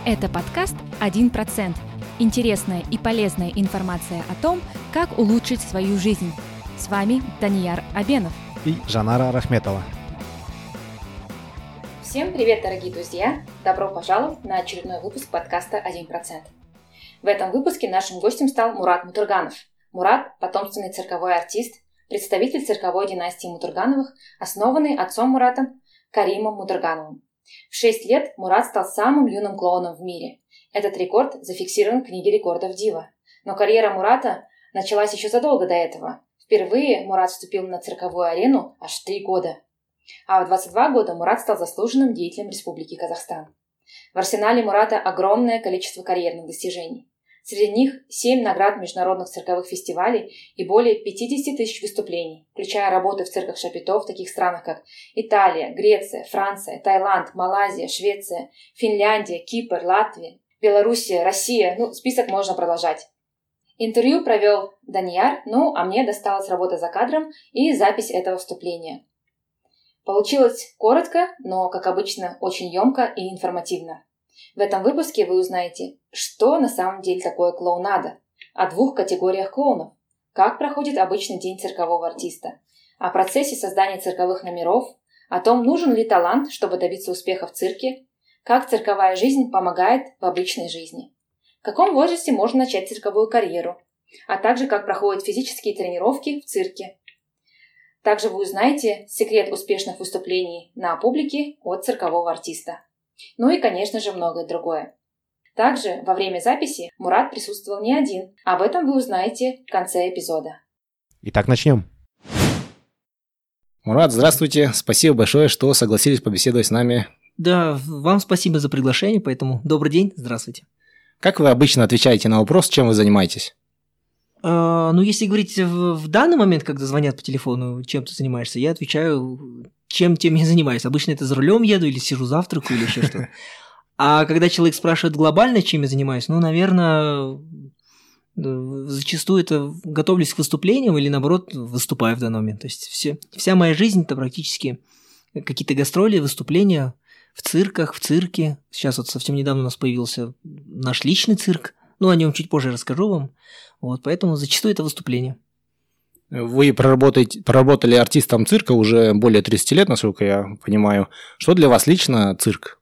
Это подкаст «1%». Интересная и полезная информация о том, как улучшить свою жизнь. С вами Данияр Абенов и Жанара Рахметова. Всем привет, дорогие друзья! Добро пожаловать на очередной выпуск подкаста «1%». В этом выпуске нашим гостем стал Мурат Мутурганов. Мурат – потомственный цирковой артист, представитель цирковой династии Мутургановых, основанный отцом Мурата Каримом Мутургановым. В 6 лет Мурат стал самым юным клоуном в мире. Этот рекорд зафиксирован в книге рекордов Дива. Но карьера Мурата началась еще задолго до этого. Впервые Мурат вступил на цирковую арену аж в 3 года. А в 22 года Мурат стал заслуженным деятелем Республики Казахстан. В арсенале Мурата огромное количество карьерных достижений. Среди них 7 наград международных цирковых фестивалей и более 50 тысяч выступлений, включая работы в цирках Шапито в таких странах, как Италия, Греция, Франция, Таиланд, Малайзия, Швеция, Финляндия, Кипр, Латвия, Белоруссия, Россия. Список можно продолжать. Интервью провел Данияр, а мне досталась работа за кадром и запись этого вступления. Получилось коротко, но, как обычно, очень емко и информативно. В этом выпуске вы узнаете, что на самом деле такое клоунада, о 2 категориях клоунов, как проходит обычный день циркового артиста, о процессе создания цирковых номеров, о том, нужен ли талант, чтобы добиться успеха в цирке, как цирковая жизнь помогает в обычной жизни, в каком возрасте можно начать цирковую карьеру, а также как проходят физические тренировки в цирке. Также вы узнаете секрет успешных выступлений на публике от циркового артиста. И, конечно же, многое другое. Также во время записи Мурат присутствовал не один. Об этом вы узнаете в конце эпизода. Итак, начнем. Мурат, здравствуйте. Спасибо большое, что согласились побеседовать с нами. Да, вам спасибо за приглашение, поэтому добрый день, здравствуйте. Как вы обычно отвечаете на вопрос, чем вы занимаетесь? Если говорить в данный момент, когда звонят по телефону, чем ты занимаешься, я отвечаю, тем я занимаюсь. Обычно это за рулем еду или сижу завтракаю или еще что-то. А когда человек спрашивает глобально, чем я занимаюсь, наверное, зачастую это готовлюсь к выступлениям или, наоборот, выступаю в данный момент. То есть вся моя жизнь – это практически какие-то гастроли, выступления в цирках, в цирке. Сейчас вот совсем недавно у нас появился наш личный цирк. О нем чуть позже расскажу вам. Поэтому зачастую это выступление. Вы проработали артистом цирка уже более 30 лет, насколько я понимаю. Что для вас лично цирк?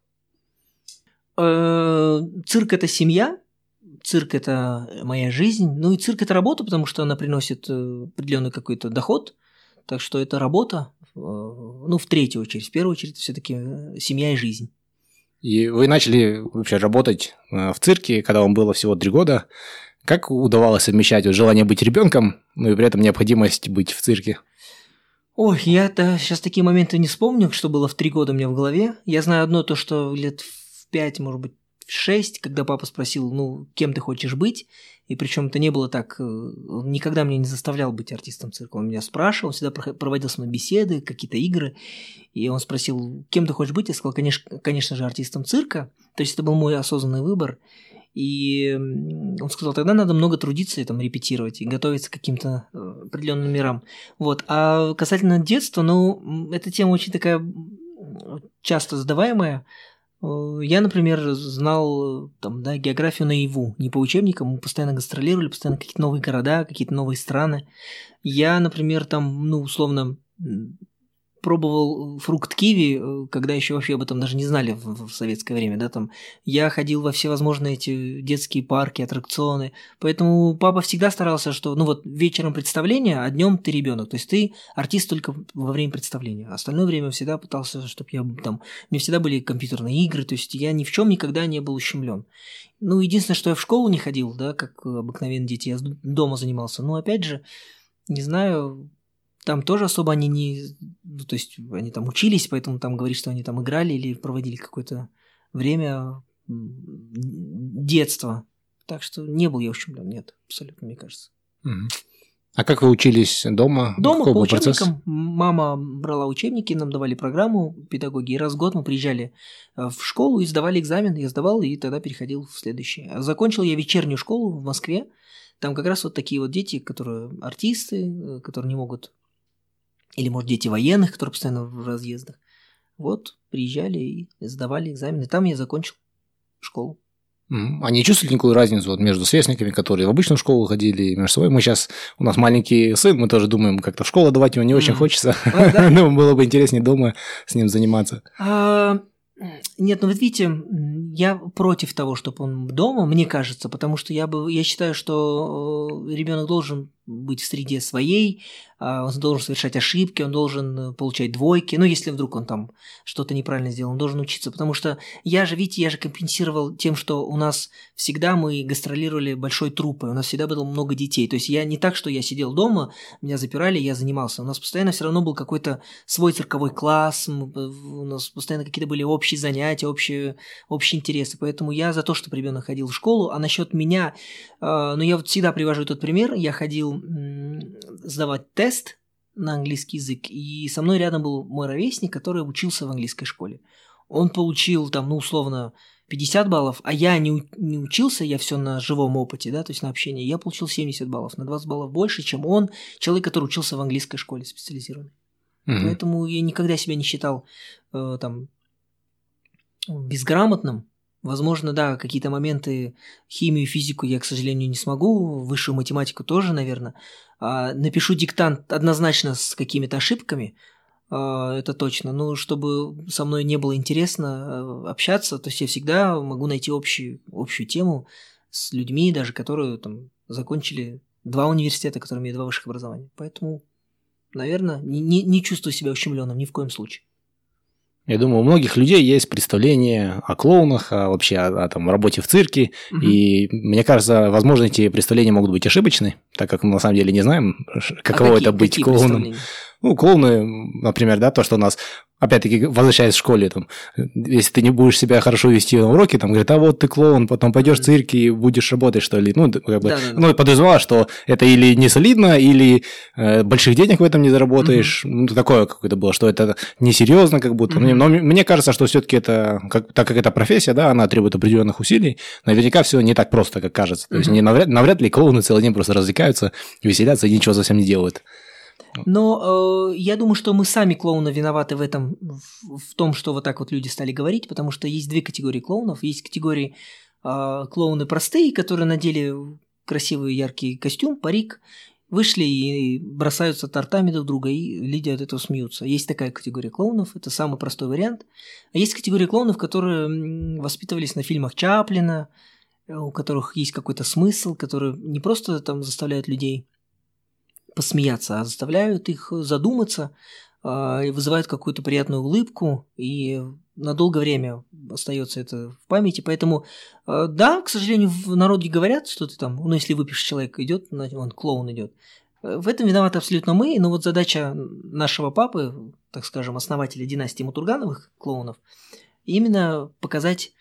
Цирк – это семья, цирк – это моя жизнь. И цирк – это работа, потому что она приносит определенный какой-то доход. Так что это работа, в третью очередь. В первую очередь, все-таки семья и жизнь. И вы начали вообще работать в цирке, когда вам было всего 3 года. Как удавалось совмещать желание быть ребенком, и при этом необходимость быть в цирке? Я-то сейчас такие моменты не вспомню, что было в 3 года у меня в голове. Я знаю одно то, что лет в 5, может быть, в 6, когда папа спросил, кем ты хочешь быть, и причем это не было так, он никогда меня не заставлял быть артистом цирка. Он меня спрашивал, он всегда проводил со мной беседы, какие-то игры, и он спросил, кем ты хочешь быть? Я сказал, конечно же, артистом цирка. То есть это был мой осознанный выбор. И он сказал, тогда надо много трудиться и репетировать, и готовиться к каким-то определенным номерам. А касательно детства, эта тема очень такая часто задаваемая. Я, например, знал географию наяву, не по учебникам, мы постоянно гастролировали, постоянно какие-то новые города, какие-то новые страны. Я, например, условно пробовал фрукт киви, когда еще вообще об этом даже не знали в советское время, я ходил во всевозможные эти детские парки, аттракционы, поэтому папа всегда старался, что, вечером представление, а днем ты ребенок, то есть ты артист только во время представления, остальное время всегда пытался, чтобы мне всегда были компьютерные игры, то есть я ни в чем никогда не был ущемлен. Единственное, что я в школу не ходил, как обыкновенные дети, я дома занимался, опять же, не знаю. Там тоже особо они то есть они учились, поэтому говорит, что они играли или проводили какое-то время детства. Так что не был я ущемлен, нет, абсолютно, мне кажется. А как вы учились дома? Дома по учебникам. Мама брала учебники, нам давали программу педагоги, и раз в год мы приезжали в школу и сдавали экзамен. Я сдавал, и тогда переходил в следующее. Закончил я вечернюю школу в Москве. Там как раз такие дети, которые артисты, которые не могут... Или, может, дети военных, которые постоянно в разъездах. Приезжали и сдавали экзамены. Там я закончил школу. А не чувствуете никакую разницу вот между сверстниками, которые в обычную школу ходили, и между собой? У нас маленький сын, мы тоже думаем, как-то в школу давать его не очень хочется. Но было бы интереснее дома с ним заниматься. Нет, ну вот видите, я против того, чтобы он дома, мне кажется, потому что я считаю, что ребенок должен быть в среде своей, он должен совершать ошибки, он должен получать двойки, ну, если вдруг он там что-то неправильно сделал, он должен учиться, потому что я же компенсировал тем, что у нас всегда мы гастролировали большой труппой, у нас всегда было много детей, то есть я не так, что я сидел дома, меня запирали, я занимался, у нас постоянно все равно был какой-то свой цирковой класс, у нас постоянно какие-то были общие занятия, общие интересы, поэтому я за то, чтобы ребенок ходил в школу, а насчет меня, ну, я вот всегда привожу этот пример, я ходил сдавать тест на английский язык, и со мной рядом был мой ровесник, который учился в английской школе. Он получил там, ну, условно, 50 баллов, а я не учился, я все на живом опыте, да, то есть на общении, я получил 70 баллов, на 20 баллов больше, чем он, человек, который учился в английской школе специализированной. Поэтому я никогда себя не считал там безграмотным. Возможно, да, какие-то моменты, химию, физику я, к сожалению, не смогу, высшую математику тоже, наверное. Напишу диктант однозначно с какими-то ошибками, это точно. Но чтобы со мной не было интересно общаться, то есть я всегда могу найти общую тему с людьми, даже которые там закончили 2 университета, которые имеют 2 высших образования. Поэтому, наверное, не чувствую себя ущемленным ни в коем случае. Я думаю, у многих людей есть представление о клоунах, вообще о там, работе в цирке, и мне кажется, возможно, эти представления могут быть ошибочны, так как мы на самом деле не знаем, каково это быть клоуном. Ну, клоуны, например, да, то, что у нас, опять-таки, возвращаясь в школе, там, если ты не будешь себя хорошо вести на уроке, там, говорят, а вот ты клоун, потом пойдешь в цирк и будешь работать, что ли. Ну, как бы, ну, подразумевало, что это или не солидно, или больших денег в этом не заработаешь. Ну, такое какое-то было, что это несерьезно, как будто. Но мне кажется, что все-таки это, так как это профессия, да, она требует определенных усилий, наверняка все не так просто, как кажется. То есть навряд ли клоуны целый день просто развлекаются, веселятся и ничего совсем не делают. Но я думаю, что мы сами, клоуны, виноваты в этом, в том, что вот так вот люди стали говорить, потому что есть 2 категории клоунов. Есть категории клоуны простые, которые надели красивый яркий костюм, парик, вышли и бросаются тортами друг друга, и люди от этого смеются. Есть такая категория клоунов, это самый простой вариант. А есть категория клоунов, которые воспитывались на фильмах Чаплина, у которых есть какой-то смысл, которые не просто там заставляют людей посмеяться, а заставляют их задуматься, и вызывают какую-то приятную улыбку, и на долгое время остается это в памяти. Поэтому, да, к сожалению, в народе говорят, что ты там, ну, если выпивший человек идет, он клоун идет. В этом виноваты абсолютно мы, но вот задача нашего папы, так скажем, основателя династии Мутургановых клоунов, именно показать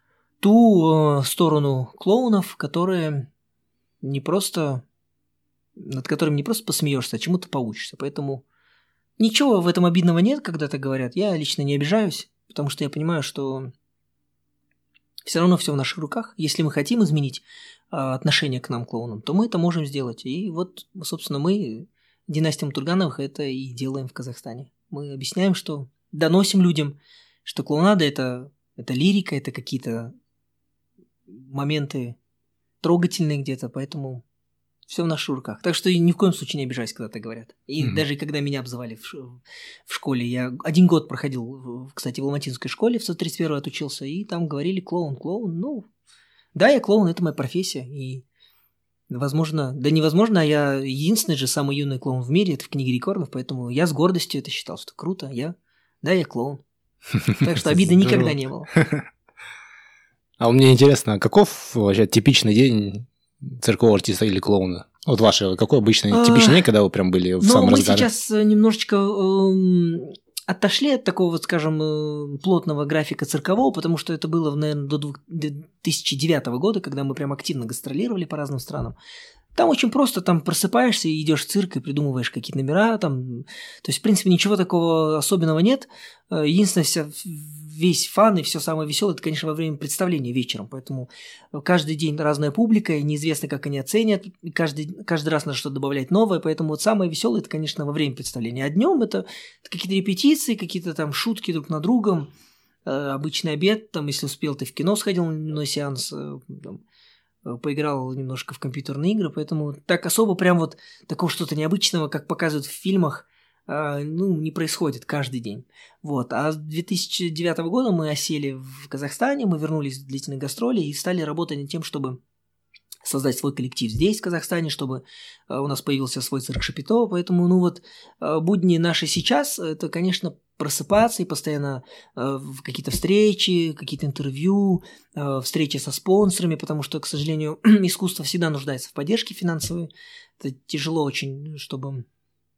ту сторону клоунов, которые не просто... над которым не просто посмеешься, а чему-то поучишься. Поэтому ничего в этом обидного нет, когда так говорят. Я лично не обижаюсь, потому что я понимаю, что все равно все в наших руках. Если мы хотим изменить отношение к нам, клоунам, то мы это можем сделать. И вот, собственно, мы, династия Мутургановых, это и делаем в Казахстане. Мы объясняем, что доносим людям, что клоунада – это лирика, это какие-то моменты трогательные где-то, поэтому... все в наших руках. Так что ни в коем случае не обижайся, когда так говорят. И даже когда меня обзывали в школе, я 1 год проходил, кстати, в Алматинской школе, в 131-й отучился, и там говорили клоун. Ну, да, я клоун, это моя профессия. И, возможно, да невозможно, а я единственный же самый юный клоун в мире, это в книге рекордов, поэтому я с гордостью это считал, что круто, я клоун. Так что обиды никогда не было. А мне интересно, каков вообще типичный день циркового артиста или клоуна? Вот ваше, какой обычный типичный день, когда вы прям были в самом разгаре? Мы сейчас немножечко отошли от такого, вот, скажем, плотного графика циркового, потому что это было, наверное, до 2009 года, когда мы прям активно гастролировали по разным странам. Там очень просто, там просыпаешься и идешь в цирк и придумываешь какие-то номера, там, то есть, в принципе, ничего такого особенного нет. Единственное, весь фан и все самое веселое, это, конечно, во время представления вечером, поэтому каждый день разная публика, и неизвестно, как они оценят, и каждый раз надо что-то добавлять новое, поэтому вот самое веселое, это, конечно, во время представления, а днем это какие-то репетиции, какие-то там шутки друг над другом, обычный обед, там, если успел, ты в кино сходил на сеанс, там, поиграл немножко в компьютерные игры, поэтому так особо прям вот такого что-то необычного, как показывают в фильмах, не происходит каждый день. Вот. А с 2009 года мы осели в Казахстане, мы вернулись в длительные гастроли и стали работать над тем, чтобы создать свой коллектив здесь, в Казахстане, чтобы у нас появился свой цирк Шапито. Поэтому, будни наши сейчас, это, конечно, просыпаться и постоянно какие-то встречи, какие-то интервью, встречи со спонсорами, потому что, к сожалению, искусство всегда нуждается в поддержке финансовой. Это тяжело очень, чтобы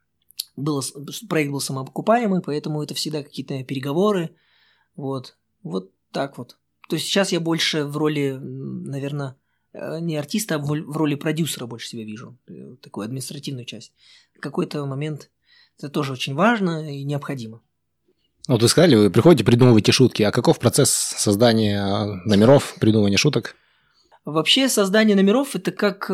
проект был самоокупаемый, поэтому это всегда какие-то переговоры. Вот так вот. То есть сейчас я больше в роли, наверное, не артиста, а в роли продюсера больше себя вижу. Такую административную часть. В какой-то момент это тоже очень важно и необходимо. Вот вы сказали, вы приходите, придумываете шутки. А каков процесс создания номеров, придумывания шуток? Вообще создание номеров – это как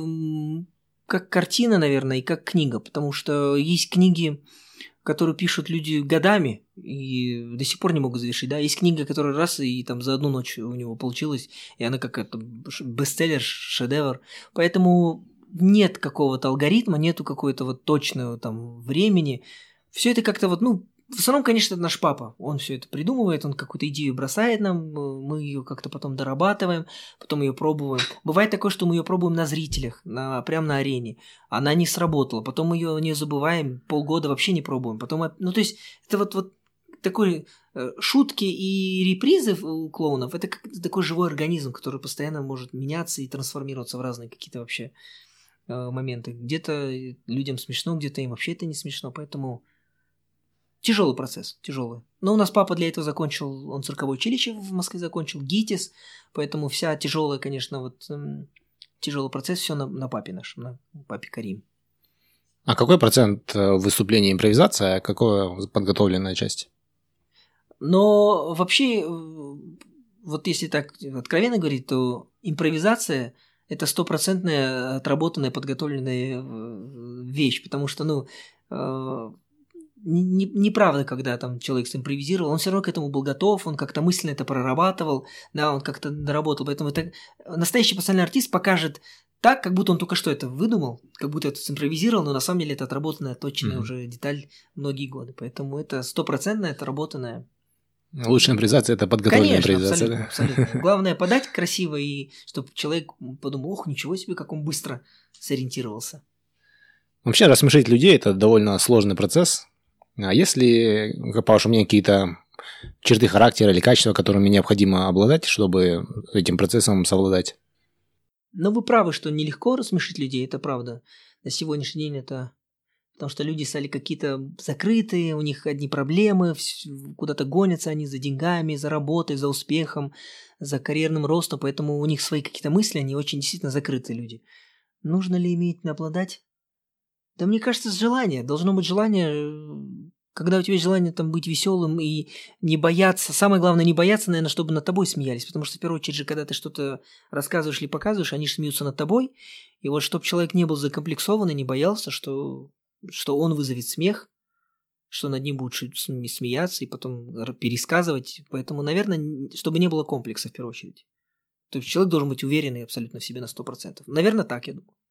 картина, наверное, и как книга. Потому что есть книги, которые пишут люди годами и до сих пор не могут завершить. Да? Есть книга, которая раз и там за одну ночь у него получилась, и она какая-то бестселлер, шедевр. Поэтому нет какого-то алгоритма, нету какого-то вот точного там времени. Все это как-то в основном, конечно, это наш папа. Он все это придумывает, он какую-то идею бросает нам, мы ее как-то потом дорабатываем, потом ее пробуем. Бывает такое, что мы ее пробуем на зрителях, прямо на арене. Она не сработала, потом мы ее не забываем, полгода вообще не пробуем. Потом, то есть это вот такой шутки и репризы у клоунов, это как такой живой организм, который постоянно может меняться и трансформироваться в разные какие-то вообще моменты. Где-то людям смешно, где-то им вообще это не смешно, поэтому... Тяжелый процесс, тяжелый. Но у нас папа для этого закончил, он цирковое училище в Москве закончил, ГИТИС, поэтому вся тяжелая, конечно, тяжелый процесс, все на папе нашем, на папе Карим. А какой процент выступления импровизация, а какое подготовленная часть? Но вообще, вот если так откровенно говорить, то импровизация – это 100% отработанная, подготовленная вещь, потому что, неправда, когда там человек симпровизировал, он все равно к этому был готов, он как-то мысленно это прорабатывал, да, он как-то доработал, поэтому настоящий профессиональный артист покажет так, как будто он только что это выдумал, как будто это симпровизировал, но на самом деле это отработанная, точная уже деталь многие годы, поэтому это 100% отработанная. Лучшая импровизация – это подготовленная импровизация. Абсолютно. Главное подать красиво, и чтобы человек подумал, ох, ничего себе, как он быстро сориентировался. Вообще рассмешить людей – это довольно сложный процесс. А если, по вашему мнению, какие-то черты характера или качества, которыми необходимо обладать, чтобы этим процессом совладать? Вы правы, что нелегко рассмешить людей, это правда. На сегодняшний день это... Потому что люди стали какие-то закрытые, у них одни проблемы, куда-то гонятся они за деньгами, за работой, за успехом, за карьерным ростом, поэтому у них свои какие-то мысли, они очень действительно закрытые люди. Нужно ли иметь обладать? Да мне кажется, желание. Должно быть желание, когда у тебя есть желание быть веселым и не бояться. Самое главное, не бояться, наверное, чтобы над тобой смеялись. Потому что, в первую очередь же, когда ты что-то рассказываешь или показываешь, они же смеются над тобой. И вот чтобы человек не был закомплексован и не боялся, что он вызовет смех, что над ним будут смеяться и потом пересказывать. Поэтому, наверное, чтобы не было комплекса, в первую очередь. То есть человек должен быть уверенный абсолютно в себе на 100%. Наверное, так, я думаю.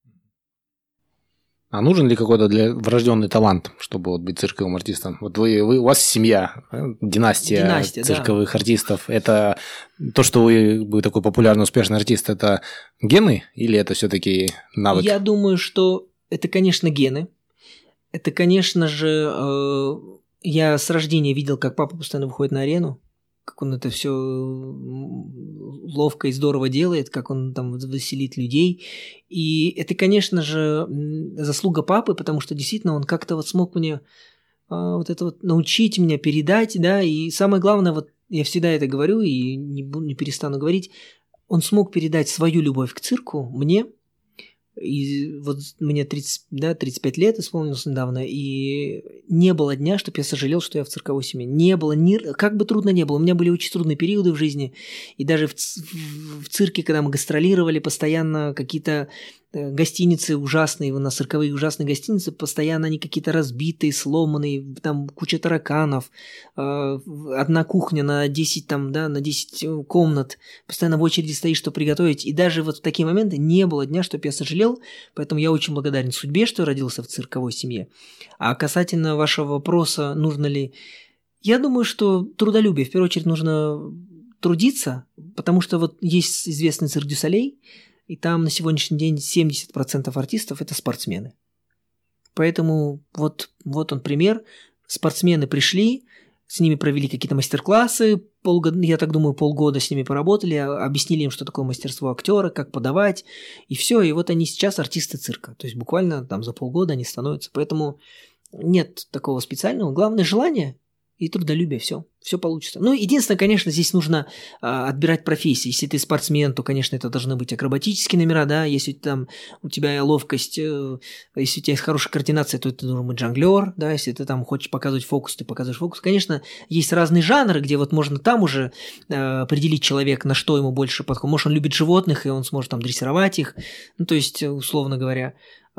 А нужен ли какой-то врожденный талант, чтобы быть цирковым артистом? Вот у вас семья, династия цирковых артистов. Это то, что вы такой популярный, успешный артист, это гены или это все-таки навык? Я думаю, что это, конечно, гены. Это, конечно же, я с рождения видел, как папа постоянно выходит на арену, как он это все ловко и здорово делает, как он там веселит людей. И это, конечно же, заслуга папы, потому что действительно он как-то смог мне научить меня, передать, да, и самое главное, я всегда это говорю и не перестану говорить, он смог передать свою любовь к цирку мне. И мне 35 лет исполнилось недавно, и не было дня, чтобы я сожалел, что я в цирковой семье. Не было, как бы трудно не было. У меня были очень трудные периоды в жизни, и даже в цирке, когда мы гастролировали, постоянно какие-то гостиницы ужасные, у нас цирковые ужасные гостиницы, постоянно они какие-то разбитые, сломанные, там куча тараканов, одна кухня на 10, там, да, на 10 комнат, постоянно в очереди стоишь, что приготовить. И даже вот в такие моменты не было дня, чтобы я сожалел, поэтому я очень благодарен судьбе, что родился в цирковой семье. А касательно вашего вопроса, нужно ли... Я думаю, что трудолюбие, в первую очередь, нужно трудиться, потому что вот есть известный цирк дю Солей, и там на сегодняшний день 70% артистов – это спортсмены. Поэтому вот он пример. Спортсмены пришли, с ними провели какие-то мастер-классы, я так думаю, полгода с ними поработали, объяснили им, что такое мастерство актера, как подавать, и все. И вот они сейчас артисты цирка. То есть буквально там за полгода они становятся. Поэтому нет такого специального. Главное – желание и трудолюбие, все получится. Ну, единственное, конечно, здесь нужно отбирать профессии. Если ты спортсмен, то, конечно, это должны быть акробатические номера, да, если там у тебя ловкость, если у тебя есть хорошая координация, то ты должен быть жонглер, да, если ты там хочешь показывать фокус, ты показываешь фокус. Конечно, есть разные жанры, где вот можно там уже определить человека, на что ему больше подходит. Может, он любит животных, и он сможет там дрессировать их, ну, то есть, условно говоря,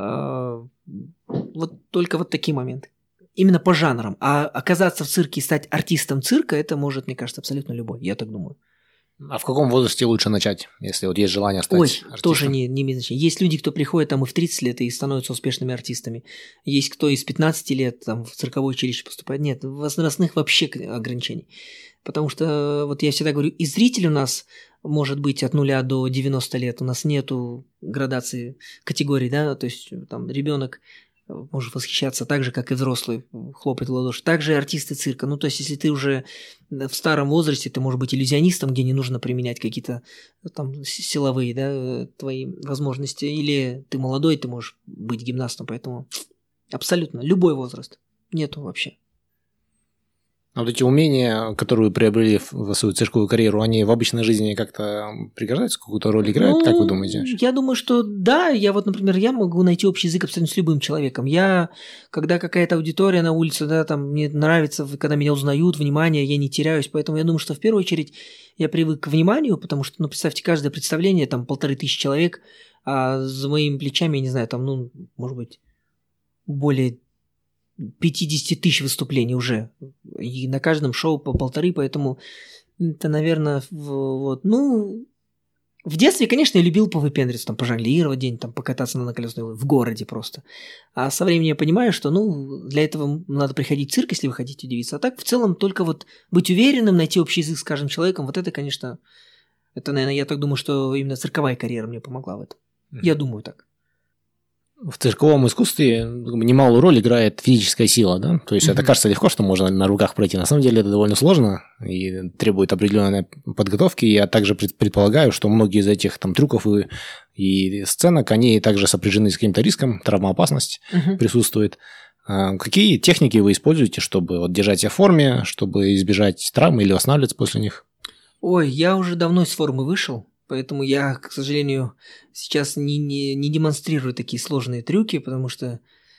вот только вот такие моменты. Именно по жанрам. А оказаться в цирке и стать артистом цирка, это может, мне кажется, абсолютно любой. Я так думаю. А в каком возрасте лучше начать, если вот есть желание стать артистом? Тоже не имеет значения. Есть люди, кто приходит там и в 30 лет и становятся успешными артистами. Есть кто из 15 лет там в цирковое училище поступает. Нет, возрастных вообще ограничений. Потому что, вот я всегда говорю, и зритель у нас может быть от 0 до 90 лет. У нас нету градации категорий, да, то есть там ребенок может восхищаться так же, как и взрослый, хлопать в ладоши. Также и артисты цирка. Ну, то есть, если ты уже в старом возрасте, ты можешь быть иллюзионистом, где не нужно применять какие-то там силовые, да, твои возможности. Или ты молодой, ты можешь быть гимнастом. Поэтому абсолютно любой возраст. Нету вообще. А вот эти умения, которые вы приобрели в свою цирковую карьеру, они в обычной жизни как-то пригождаются, какую-то роль играют? Ну, как вы думаете? Я думаю, что да. Я вот, например, я могу найти общий язык абсолютно с любым человеком. Когда какая-то аудитория на улице, да, там мне нравится, когда меня узнают, внимание, я не теряюсь. Поэтому я думаю, что в первую очередь я привык к вниманию, потому что, ну, представьте, каждое представление, там 1500 человек, а за моими плечами, я не знаю, там, ну, может быть, более 50 тысяч выступлений уже. И на каждом шоу по 1,5, поэтому это, наверное, вот. Ну, в детстве, конечно, я любил повыпендриться, там, пожонглировать день, там, покататься на колесной в городе просто. А со временем я понимаю, что, ну, для этого надо приходить в цирк, если вы хотите удивиться. А так, в целом, только вот быть уверенным, найти общий язык с каждым человеком, вот это, конечно, это, наверное, я так думаю, что именно цирковая карьера мне помогла в этом. Я думаю так. В цирковом искусстве немалую роль играет физическая сила, да? То есть это кажется легко, что можно на руках пройти. На самом деле это довольно сложно и требует определенной подготовки. Я также предполагаю, что многие из этих там трюков и сценок, они также сопряжены с каким-то риском, травмоопасность присутствует. Какие техники вы используете, чтобы вот держать себя в форме, чтобы избежать травм или восстанавливаться после них? Ой, я уже давно из формы вышел. Поэтому я, к сожалению, сейчас не демонстрирую такие сложные трюки, потому что,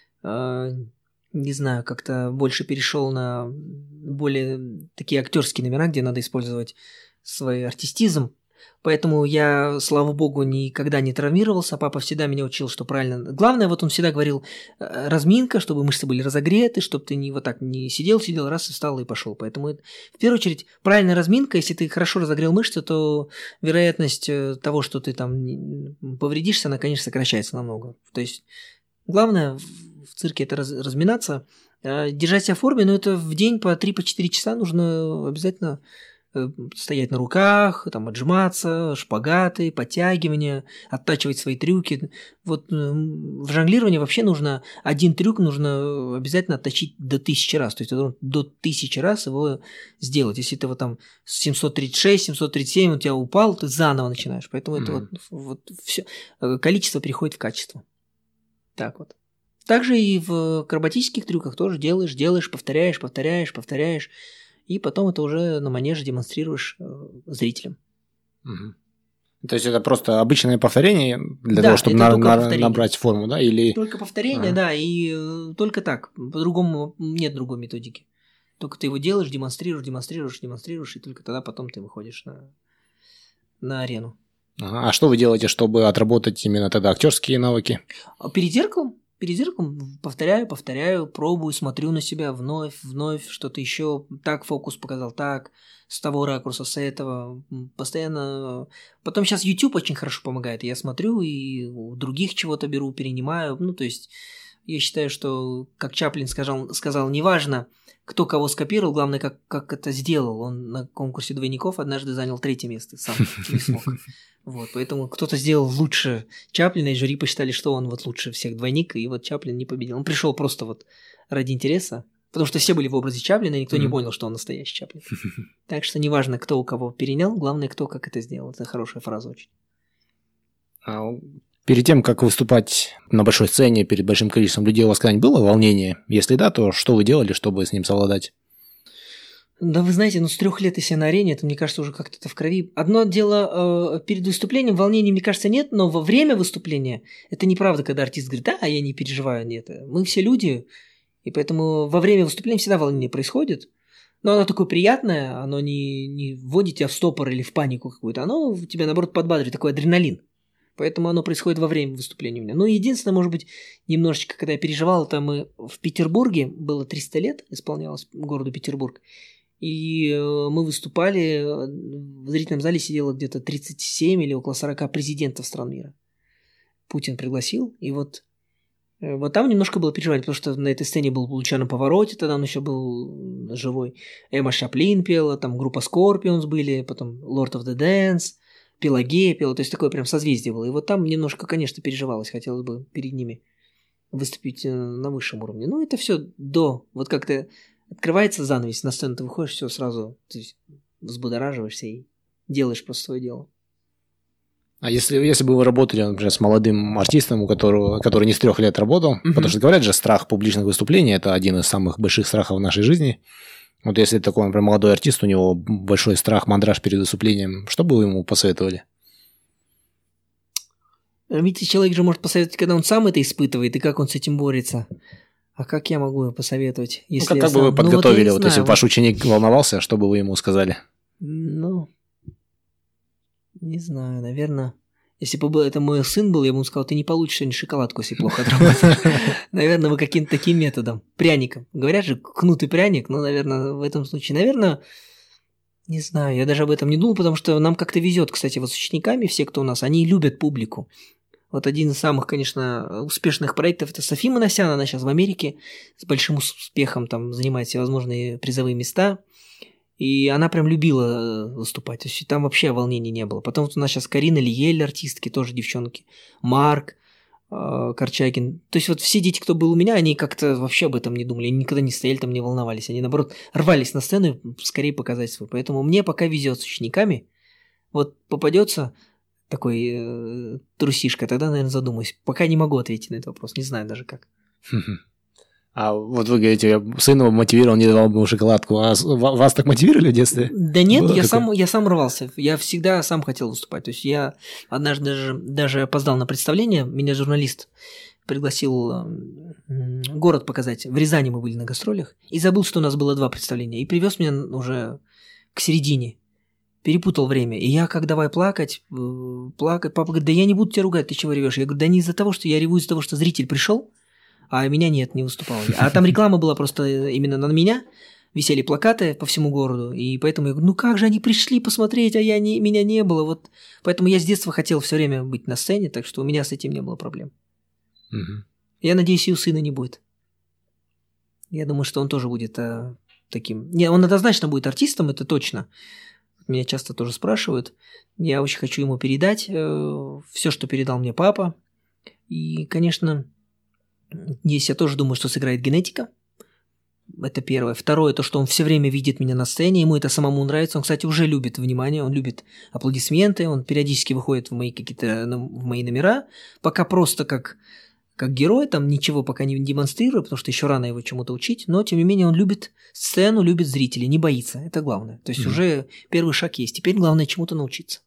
не знаю, как-то больше перешел на более такие актерские номера, где надо использовать свой артистизм. Поэтому я, слава богу, никогда не травмировался. Папа всегда меня учил, что правильно. Главное, вот он всегда говорил, разминка, чтобы мышцы были разогреты, чтобы ты не вот так не сидел, раз и встал и пошел. Поэтому это, в первую очередь, правильная разминка. Если ты хорошо разогрел мышцы, то вероятность того, что ты там повредишься, она, конечно, сокращается намного. То есть главное в цирке это разминаться, держать себя в форме, но это в день по 3-4 часа нужно обязательно стоять на руках, там, отжиматься, шпагаты, подтягивания, оттачивать свои трюки. Вот в жонглировании вообще нужно один трюк нужно обязательно отточить до 1000 раз. То есть до 1000 раз его сделать. Если ты вот там 736, 737 у тебя упал, ты заново начинаешь. Поэтому это вот все. Количество переходит в качество. Так вот. Также и в акробатических трюках тоже делаешь, повторяешь. И потом это уже на манеже демонстрируешь зрителям. То есть это просто обычное повторение для того, чтобы набрать форму, да? Или... Только повторение, да, и только так. По-другому нет другой методики. Только ты его делаешь, демонстрируешь, и только тогда потом ты выходишь на арену. Ага. А что вы делаете, чтобы отработать именно тогда актерские навыки? Перед зеркалом повторяю, пробую, смотрю на себя вновь, что-то еще, так фокус показал, так, с того ракурса, с этого, постоянно. Потом сейчас YouTube очень хорошо помогает, я смотрю и у других чего-то беру, перенимаю, то есть я считаю, что, как Чаплин сказал, неважно, кто кого скопировал, главное, как это сделал. Он на конкурсе двойников однажды занял 3-е место, сам не смог. Вот, поэтому кто-то сделал лучше Чаплина, и жюри посчитали, что он вот лучше всех двойник, и вот Чаплин не победил. Он пришел просто вот ради интереса, потому что все были в образе Чаплина, и никто не понял, что он настоящий Чаплин. Так что неважно, кто у кого перенял, главное, кто как это сделал. Это хорошая фраза очень. Перед тем, как выступать на большой сцене перед большим количеством людей, у вас когда-нибудь было волнение? Если да, то что вы делали, чтобы с ним совладать? Да вы знаете, с 3 лет, если на арене, это, мне кажется, уже как-то в крови. Одно дело, перед выступлением волнения, мне кажется, нет, но во время выступления это неправда, когда артист говорит, да, я не переживаю, нет. Мы все люди, и поэтому во время выступления всегда волнение происходит. Но оно такое приятное, оно не вводит тебя в стопор или в панику какую-то, оно тебя, наоборот, подбадривает, такой адреналин. Поэтому оно происходит во время выступления у меня. Единственное, может быть, немножечко, когда я переживал, это мы в Петербурге, было 300 лет, исполнялось городу Петербург, и мы выступали, в зрительном зале сидело где-то 37 или около 40 президентов стран мира. Путин пригласил, и вот там немножко было переживание, потому что на этой сцене был «Лучано повороте», тогда он еще был живой. Эмма Шаплин пела, там группа Scorpions были, потом Lord of the Dance, Пелагея пела, то есть такое прям созвездие было. И вот там немножко, конечно, переживалось, хотелось бы перед ними выступить на высшем уровне. Это все вот как-то открывается занавес, на сцену ты выходишь, все сразу, ты взбудораживаешься и делаешь просто свое дело. А если бы вы работали, например, с молодым артистом, который не с 3 лет работал, потому что говорят же, страх публичных выступлений – это один из самых больших страхов в нашей жизни. Вот если такой, например, молодой артист, у него большой страх, мандраж перед выступлением, что бы вы ему посоветовали? Видите, человек же может посоветовать, когда он сам это испытывает, и как он с этим борется. А как я могу посоветовать? Если как бы вы подготовили, если бы ваш ученик волновался, что бы вы ему сказали? Не знаю, наверное... Если бы это мой сын был, я бы ему сказал, ты не получишь сегодня шоколадку, если плохо отработаешь. Наверное, вы каким-то таким методом, пряником. Говорят же, кнут и пряник, наверное, в этом случае, не знаю, я даже об этом не думал, потому что нам как-то везет, кстати, вот с учениками, все, кто у нас, они любят публику. Вот один из самых, конечно, успешных проектов – это Софи Манасян, она сейчас в Америке с большим успехом там занимает всевозможные призовые места. И она прям любила выступать. То есть там вообще волнений не было. Потом вот у нас сейчас Карина Лиель, артистки, тоже девчонки. Марк Корчагин. То есть вот все дети, кто был у меня, они как-то вообще об этом не думали. Они никогда не стояли там, не волновались. Они, наоборот, рвались на сцену скорее показать свой. Поэтому мне пока везет с учениками. Вот попадется такой трусишка, тогда, наверное, задумаюсь. Пока не могу ответить на этот вопрос. Не знаю даже как. А вот вы говорите, я сына мотивировал, не давал бы ему шоколадку. А вас так мотивировали в детстве? Да нет, я сам рвался. Я всегда сам хотел выступать. То есть я однажды даже опоздал на представление. Меня журналист пригласил город показать. В Рязани мы были на гастролях. И забыл, что у нас было 2 представления. И привез меня уже к середине. Перепутал время. И я как давай плакать. Папа говорит, да я не буду тебя ругать, ты чего ревешь? Я говорю, да не из-за того, что я реву, из-за того, что зритель пришел, а меня нет, не выступал. А там реклама была просто именно на меня, висели плакаты по всему городу, и поэтому я говорю, как же они пришли посмотреть, а меня не было. Вот. Поэтому я с детства хотел все время быть на сцене, так что у меня с этим не было проблем. Угу. Я надеюсь, и у сына не будет. Я думаю, что он тоже будет таким... Не, он однозначно будет артистом, это точно. Меня часто тоже спрашивают. Я очень хочу ему передать все, что передал мне папа. И, конечно... Здесь я тоже думаю, что сыграет генетика. Это первое. Второе, то, что он все время видит меня на сцене, ему это самому нравится. Он, кстати, уже любит внимание, он любит аплодисменты, он периодически выходит в мои номера, пока просто как герой, там ничего пока не демонстрирует, потому что еще рано его чему-то учить, но, тем не менее, он любит сцену, любит зрителей, не боится, это главное. То есть уже первый шаг есть, теперь главное чему-то научиться.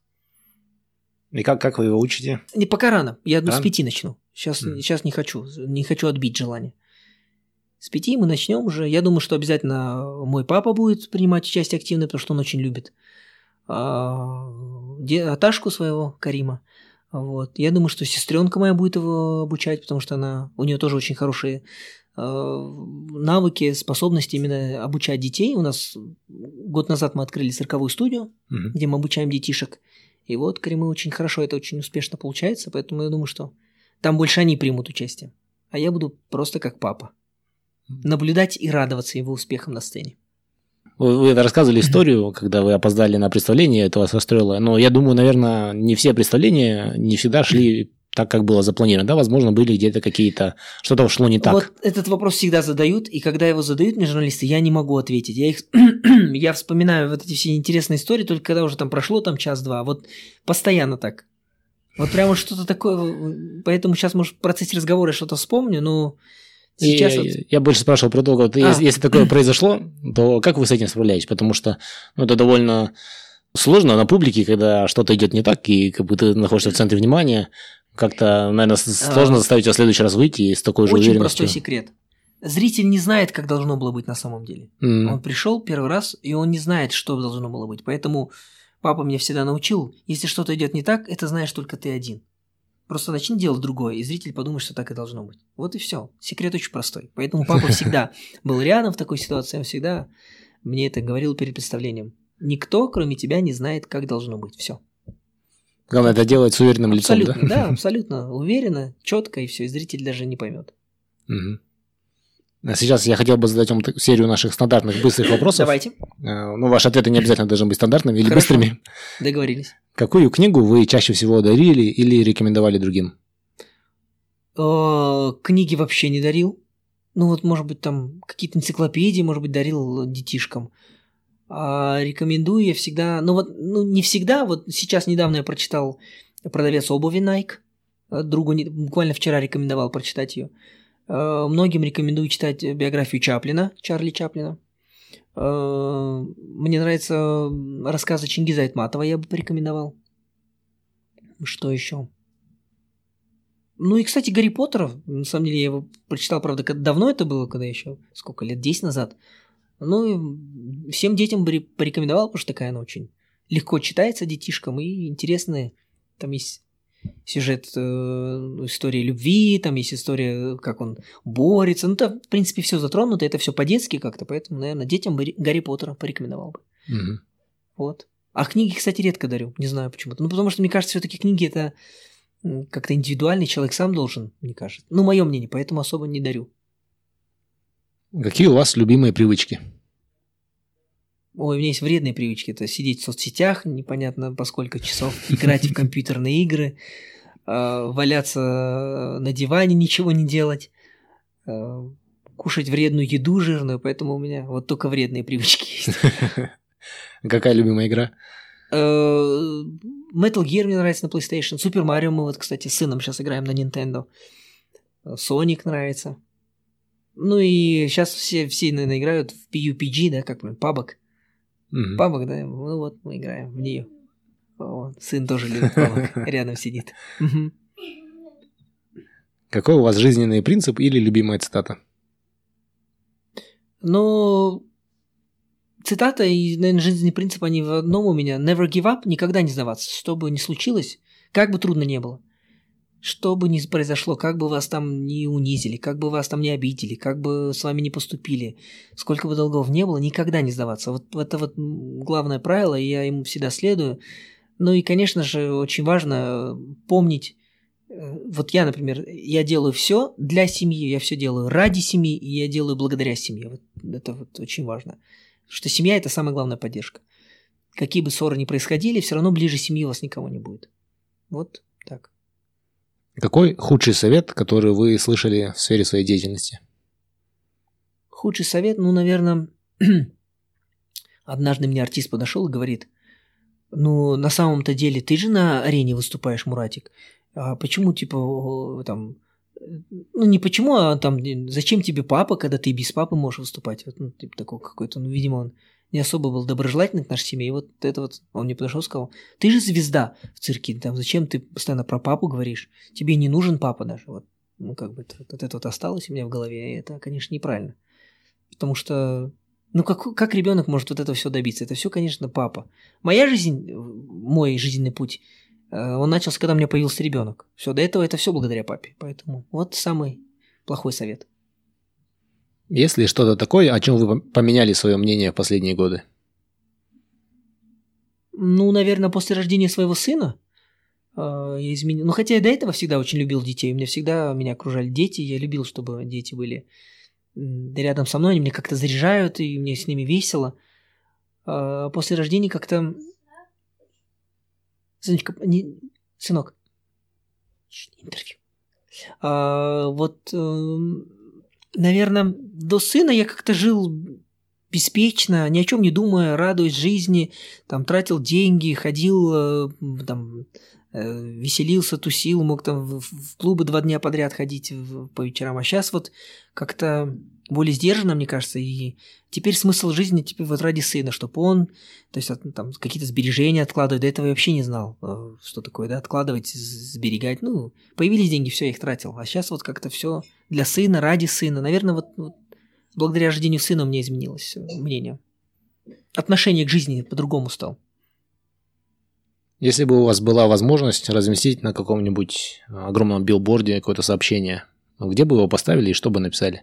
И как вы его учите? Не, пока рано, я с 5 начну. Сейчас не хочу отбить желание. С 5 мы начнем уже. Я думаю, что обязательно мой папа будет принимать участие активно, потому что он очень любит. Аташку своего, Карима. Вот. Я думаю, что сестренка моя будет его обучать, потому что у нее тоже очень хорошие навыки, способности именно обучать детей. У нас год назад мы открыли цирковую студию, где мы обучаем детишек. И вот Карима очень хорошо, это очень успешно получается, поэтому я думаю, что там больше они примут участие. А я буду просто как папа. Наблюдать и радоваться его успехам на сцене. Вы рассказывали историю, когда вы опоздали на представление, это вас расстроило. Но я думаю, наверное, не все представления не всегда шли так, как было запланировано. Да, возможно, были где-то какие-то... Что-то шло не так. Вот этот вопрос всегда задают, и когда его задают мне журналисты, я не могу ответить. Я вспоминаю вот эти все интересные истории, только когда уже там прошло час-два. Вот постоянно так. Вот прямо что-то такое. Поэтому сейчас, может, в процессе разговора я что-то вспомню, но... Сейчас я больше спрашивал про то, если такое произошло, то как вы с этим справляетесь? Потому что это довольно сложно на публике, когда что-то идет не так, и как бы ты находишься в центре внимания. Как-то, наверное, сложно заставить тебя в следующий раз выйти с такой же уверенностью. Очень простой секрет. Зритель не знает, как должно было быть на самом деле. Он пришел первый раз, и он не знает, что должно было быть. Поэтому папа меня всегда научил, если что-то идет не так, это знаешь только ты один. Просто начни делать другое, и зритель подумает, что так и должно быть. Вот и все. Секрет очень простой. Поэтому папа всегда был рядом в такой ситуации, он всегда мне это говорил перед представлением. Никто, кроме тебя, не знает, как должно быть. Все. Главное это делать с уверенным лицом, да? Да, абсолютно. Уверенно, четко, и все. И зритель даже не поймет. А сейчас я хотел бы задать вам серию наших стандартных быстрых вопросов. Давайте. Ваши ответы не обязательно должны быть стандартными или быстрыми. Договорились. Какую книгу вы чаще всего дарили или рекомендовали другим? Книги вообще не дарил. Может быть, там какие-то энциклопедии, может быть, дарил детишкам. Рекомендую я всегда... не всегда. Вот сейчас недавно я прочитал «Продавец обуви Nike». Другу буквально вчера рекомендовал прочитать ее. Многим рекомендую читать биографию Чарли Чаплина. Мне нравятся рассказы Чингиза Айтматова, я бы порекомендовал. Что еще? И, кстати, Гарри Поттера, на самом деле, я его прочитал, правда, давно это было, когда еще, лет 10 назад. И всем детям бы порекомендовал, потому что такая она очень легко читается детишкам и интересная. Там есть сюжет истории любви, там есть история, как он борется. Там, в принципе, все затронуто, это все по-детски как-то, поэтому, наверное, детям бы Гарри Поттера порекомендовал бы. Вот. А книги, кстати, редко дарю, не знаю почему-то. Потому что, мне кажется, все-таки книги это как-то индивидуальный человек сам должен, мне кажется. Мое мнение, поэтому особо не дарю. Какие у вас любимые привычки? Ой, у меня есть вредные привычки. Это сидеть в соцсетях, непонятно по сколько часов, играть в компьютерные игры, валяться на диване, ничего не делать, кушать вредную еду жирную, поэтому у меня вот только вредные привычки есть. Какая любимая игра? Metal Gear мне нравится на PlayStation, Super Mario мы кстати, с сыном сейчас играем на Nintendo, Sonic нравится. И сейчас все наверное, играют в PUBG, да, как бы, PUBG. PUBG, да, мы играем в нее. Сын тоже любит PUBG, рядом сидит. Какой у вас жизненный принцип или любимая цитата? Цитата и, наверное, жизненный принцип, они в одном у меня. Never give up, никогда не сдаваться. Что бы ни случилось, как бы трудно ни было. Что бы ни произошло, как бы вас там не унизили, как бы вас там не обидели, как бы с вами не поступили, сколько бы долгов не было, никогда не сдаваться. Вот это главное правило, и я ему всегда следую. И, конечно же, очень важно помнить, вот я, например, я делаю все для семьи, я все делаю ради семьи, и я делаю благодаря семье. Это очень важно. Потому что семья – это самая главная поддержка. Какие бы ссоры ни происходили, все равно ближе семьи у вас никого не будет. Вот так. Какой худший совет, который вы слышали в сфере своей деятельности? Худший совет, наверное, однажды мне артист подошел и говорит, на самом-то деле ты же на арене выступаешь, Муратик, а почему, не почему, а зачем тебе папа, когда ты без папы можешь выступать? Такой какой-то, видимо, он не особо был доброжелательный к нашей семье, и он мне подошел и сказал, ты же звезда в цирке, зачем ты постоянно про папу говоришь? Тебе не нужен папа даже. Это осталось у меня в голове, и это, конечно, неправильно. Потому что Ну, как ребенок может вот это все добиться? Это все, конечно, папа. Моя жизнь, мой жизненный путь, он начался, когда у меня появился ребенок. Все, до этого это все благодаря папе. Поэтому вот самый плохой совет. Есть ли что-то такое, о чем вы поменяли свое мнение в последние годы? Ну, наверное, после рождения своего сына я изменил. Ну, хотя я до этого всегда очень любил детей. Меня окружали дети. Я любил, чтобы дети были рядом со мной. Они меня как-то заряжают, и мне с ними весело. После рождения как-то... Сынок. Интервью. Наверное, до сына я как-то жил беспечно, ни о чем не думая, радуясь жизни, там, тратил деньги, ходил, там, веселился, тусил, мог там в клубы 2 дня подряд ходить по вечерам. А сейчас вот как-то более сдержанно, мне кажется, и теперь смысл жизни теперь вот ради сына, чтобы он, то есть там какие-то сбережения откладывать, до этого я вообще не знал, что такое, да, откладывать, сберегать, ну, появились деньги, все, я их тратил, а сейчас вот как-то все для сына, ради сына, наверное, вот благодаря рождению сына у меня изменилось мнение, отношение к жизни по-другому стал. Если бы у вас была возможность разместить на каком-нибудь огромном билборде какое-то сообщение, где бы его поставили и что бы написали?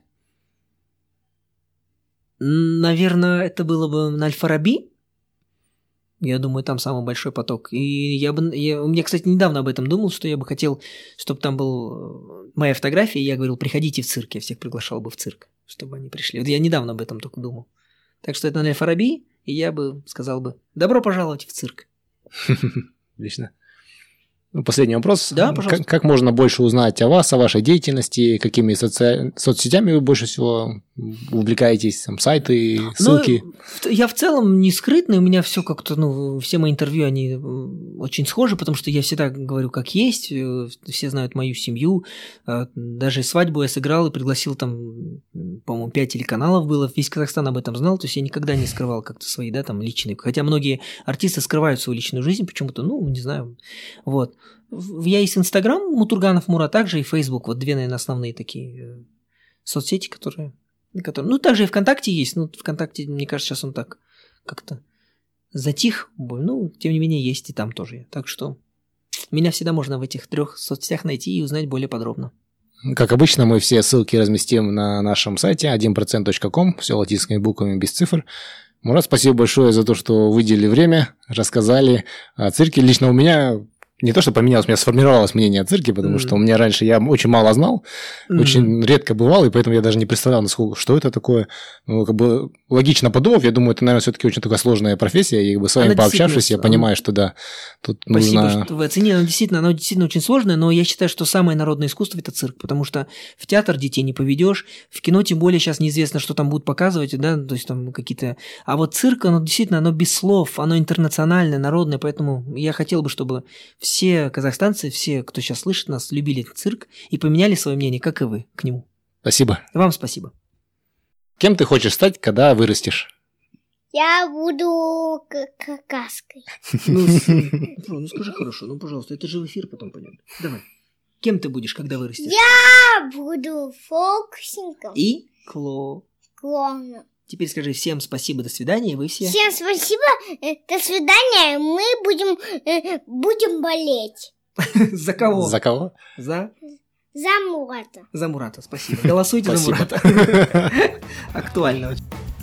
Наверное, это было бы на Аль-Фараби. Я думаю, там самый большой поток. И я, кстати, недавно об этом думал, что я бы хотел, чтобы там была моя фотография, и я говорил, приходите в цирк. Я всех приглашал бы в цирк, чтобы они пришли. Вот я недавно об этом только думал. Так что это на Аль-Фараби, и я бы сказал бы, добро пожаловать в цирк. Отлично. Ну, последний вопрос. Да, пожалуйста. Как можно больше узнать о вас, о вашей деятельности, какими соцсетями вы больше всего увлекаетесь, там, сайты, ссылки? Я в целом не скрытный, у меня все как-то, все мои интервью, они очень схожи, потому что я всегда говорю как есть, все знают мою семью, даже свадьбу я сыграл и пригласил там, по-моему, 5 телеканалов было, весь Казахстан об этом знал, то есть я никогда не скрывал как-то свои, да, там, личные, хотя многие артисты скрывают свою личную жизнь почему-то, не знаю, вот. Я есть Инстаграм, Мутурганов Мурат, также и Фейсбук. Вот 2, наверное, основные такие соцсети, которые... также и ВКонтакте есть. ВКонтакте, мне кажется, сейчас он так как-то затих. Тем не менее, есть и там тоже. Так что меня всегда можно в этих 3 соцсетях найти и узнать более подробно. Как обычно, мы все ссылки разместим на нашем сайте 1%.com, все латинскими буквами, без цифр. Мурат, спасибо большое за то, что выделили время, рассказали о цирке. Лично у меня... Не то, что поменялось, у меня сформировалось мнение о цирке, потому что у меня раньше я очень мало знал, очень редко бывал, и поэтому я даже не представлял, что это такое. Логично подумав, я думаю, это, наверное, все-таки очень такая сложная профессия, и с вами пообщавшись, я понимаю, что да, тут Спасибо, нужно... что вы оценили, оно действительно очень сложное, но я считаю, что самое народное искусство – это цирк, потому что в театр детей не поведешь, в кино тем более сейчас неизвестно, что там будут показывать, да, то есть там какие-то... А вот цирк, оно без слов, оно интернациональное, народное, поэтому я хотел бы, чтобы все казахстанцы, все, кто сейчас слышит нас, любили цирк и поменяли свое мнение, как и вы, к нему. Спасибо. Вам спасибо. Кем ты хочешь стать, когда вырастешь? Я буду какаской. Скажи хорошо, пожалуйста, это же в эфир потом пойдет. Давай. Кем ты будешь, когда вырастешь? Я буду фокусником. И клоуном. Теперь скажи всем спасибо, до свидания, вы все. Всем спасибо, до свидания. Мы будем болеть. За кого? За кого? За Мурата. За Мурата, спасибо. Голосуйте за Мурата. Актуально.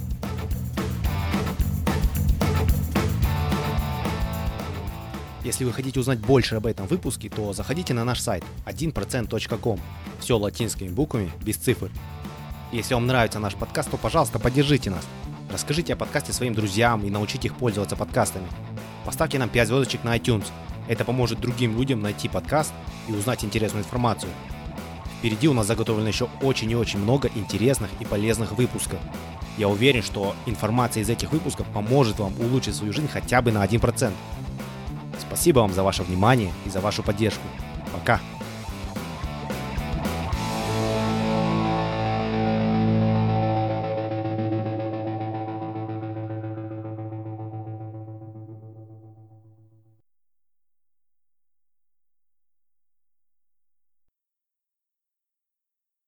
Если вы хотите узнать больше об этом выпуске, то заходите на наш сайт 1%.com. Все латинскими буквами, без цифр. Если вам нравится наш подкаст, то, пожалуйста, поддержите нас. Расскажите о подкасте своим друзьям и научите их пользоваться подкастами. Поставьте нам 5 звездочек на iTunes. Это поможет другим людям найти подкаст и узнать интересную информацию. Впереди у нас заготовлено еще очень и очень много интересных и полезных выпусков. Я уверен, что информация из этих выпусков поможет вам улучшить свою жизнь хотя бы на 1%. Спасибо вам за ваше внимание и за вашу поддержку. Пока!